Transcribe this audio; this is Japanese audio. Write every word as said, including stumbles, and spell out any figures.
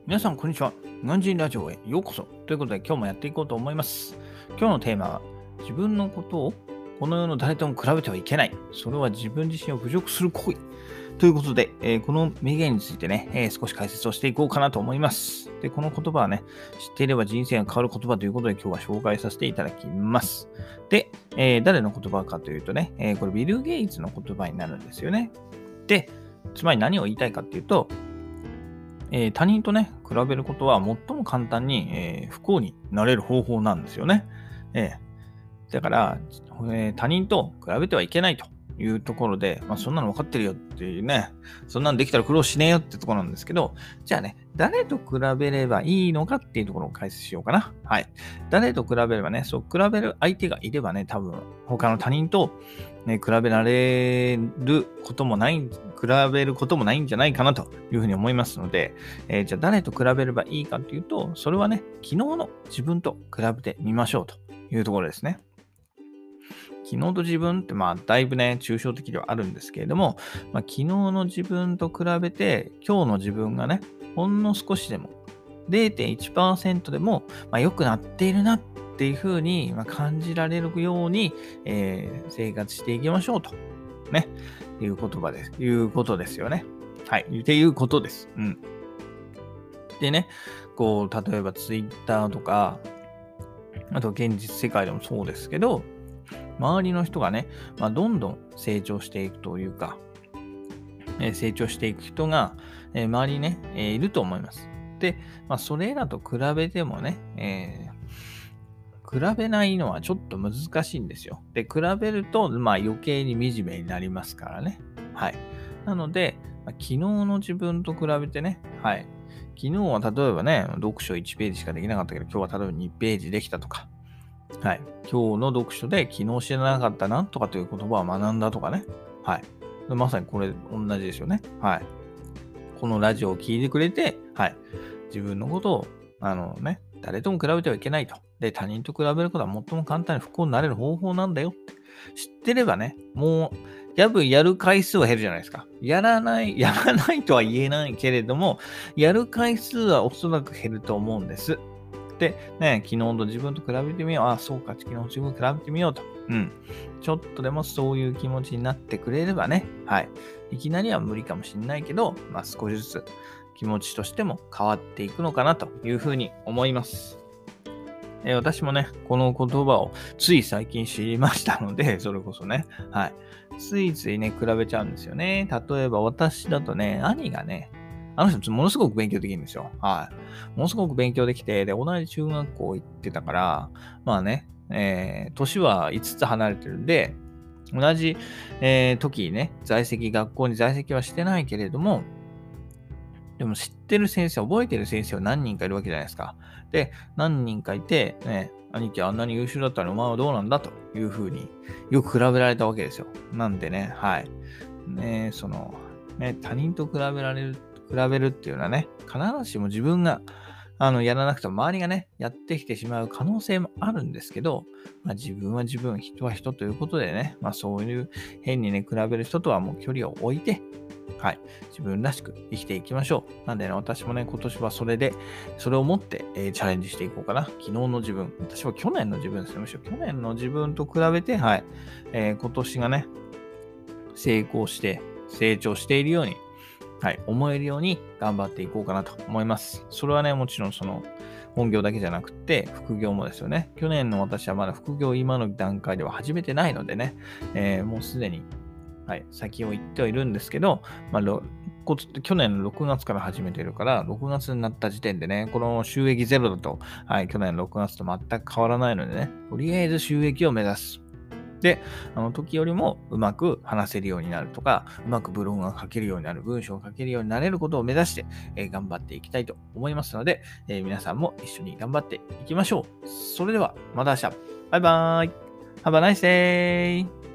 皆さん、こんにちは。日本人ラジオへようこそ。ということで、今日もやっていこうと思います。今日のテーマは、自分のことをこの世の誰とも比べてはいけない。それは自分自身を侮辱する行為。ということで、えーこの名言についてね、えー少し解説をしていこうかなと思います。で、この言葉はね、知っていれば人生が変わる言葉ということで、今日は紹介させていただきます。で、えー誰の言葉かというとね、えーこれビル・ゲイツの言葉になるんですよね。で、つまり何を言いたいかっていうと、えー他人とね、比べることは最も簡単に、えー不幸になれる方法なんですよね。えーだから、えー他人と比べてはいけないというところで、まあ、そんなの分かってるよっていうね、そんなのできたら苦労しねえよってところなんですけど、じゃあね、誰と比べればいいのかっていうところを解説しようかな。はい。誰と比べればね、そう、比べる相手がいればね、多分、他の他人と、ね、比べられることもない、比べることもないんじゃないかなというふうに思いますので、えーじゃあ誰と比べればいいかっていうと、それはね、昨日の自分と比べてみましょうというところですね。昨日と自分ってまあだいぶね、抽象的ではあるんですけれども、まあ、昨日の自分と比べて今日の自分がね、ほんの少しでも れいてんいちパーセント でも、まあ、良くなっているなっていうふうにまあ感じられるように、えー生活していきましょうと。ね。いう言葉です。いうことですよね。はい。っていうことです。うん。でね、こう、例えばツイッターとか、あと現実世界でもそうですけど、周りの人がね、まあ、どんどん成長していくというか、えー成長していく人が、えー周りにね、えーいると思います。で、まあ、それらと比べてもね、えー比べないのはちょっと難しいんですよ。で、比べると、まあ、余計に惨めになりますからね。はい。なので、まあ昨日の自分と比べてね、はい。昨日は例えばね、読書いちページしかできなかったけど、今日は例えばにページできたとか、はい。今日の読書で昨日知らなかったなんとかという言葉を学んだとかね。はい。まさにこれ同じですよね。はい。このラジオを聞いてくれて、はい。自分のことを、あのね、誰とも比べてはいけないと。で、他人と比べることは最も簡単に不幸になれる方法なんだよって知ってればね、もう、やぶやる回数は減るじゃないですか。やらない、やらないとは言えないけれども、やる回数はおそらく減ると思うんです。で、ね、昨日の自分と比べてみよう。あ、そうか、昨日の自分と比べてみようと。うん。ちょっとでもそういう気持ちになってくれればね、はい。いきなりは無理かもしれないけど、まあ少しずつ気持ちとしても変わっていくのかなというふうに思います。えー私もね、この言葉をつい最近知りましたので、それこそね、はい。ついついね、比べちゃうんですよね。例えば私だとね、兄がね、あの人ものすごく勉強できるんですよ。はい。ものすごく勉強できて、で、同じ中学校行ってたから、まあね、えー年はいつつ離れてるんで、同じ、えー時にね、在籍、学校に在籍はしてないけれども、でも知ってる先生、覚えてる先生は何人かいるわけじゃないですか。で、何人かいて、ね、兄貴あんなに優秀だったのにお前はどうなんだというふうによく比べられたわけですよ。なんでね、はい。ね、その、ね、他人と比べられる、比べるっていうのはね、必ずしも自分があのやらなくても周りがね、やってきてしまう可能性もあるんですけど、まあ、自分は自分、人は人ということでね、まあそういう変にね、比べる人とはもう距離を置いて、はい。自分らしく生きていきましょう。なんでね、私もね、今年はそれで、それを持って、えーチャレンジしていこうかな。昨日の自分。私は去年の自分ですね。むしろ去年の自分と比べて、はい。えー今年がね、成功して、成長しているように、はい。思えるように頑張っていこうかなと思います。それはね、もちろんその、本業だけじゃなくて、副業もですよね。去年の私はまだ副業今の段階では始めてないのでね、えーもうすでにはい、先を言ってはいるんですけど、まあ、ろこ去年のろくがつから始めてるから、ろくがつになった時点でね、この収益ゼロだと、はい、去年のろくがつと全く変わらないのでね、とりあえず収益を目指す。で、あの時よりもうまく話せるようになるとか、うまくブログが書けるようになる、文章を書けるようになれることを目指して、えー頑張っていきたいと思いますので、えー皆さんも一緒に頑張っていきましょう。それでは、また明日。バイバーイ。Have a nice day!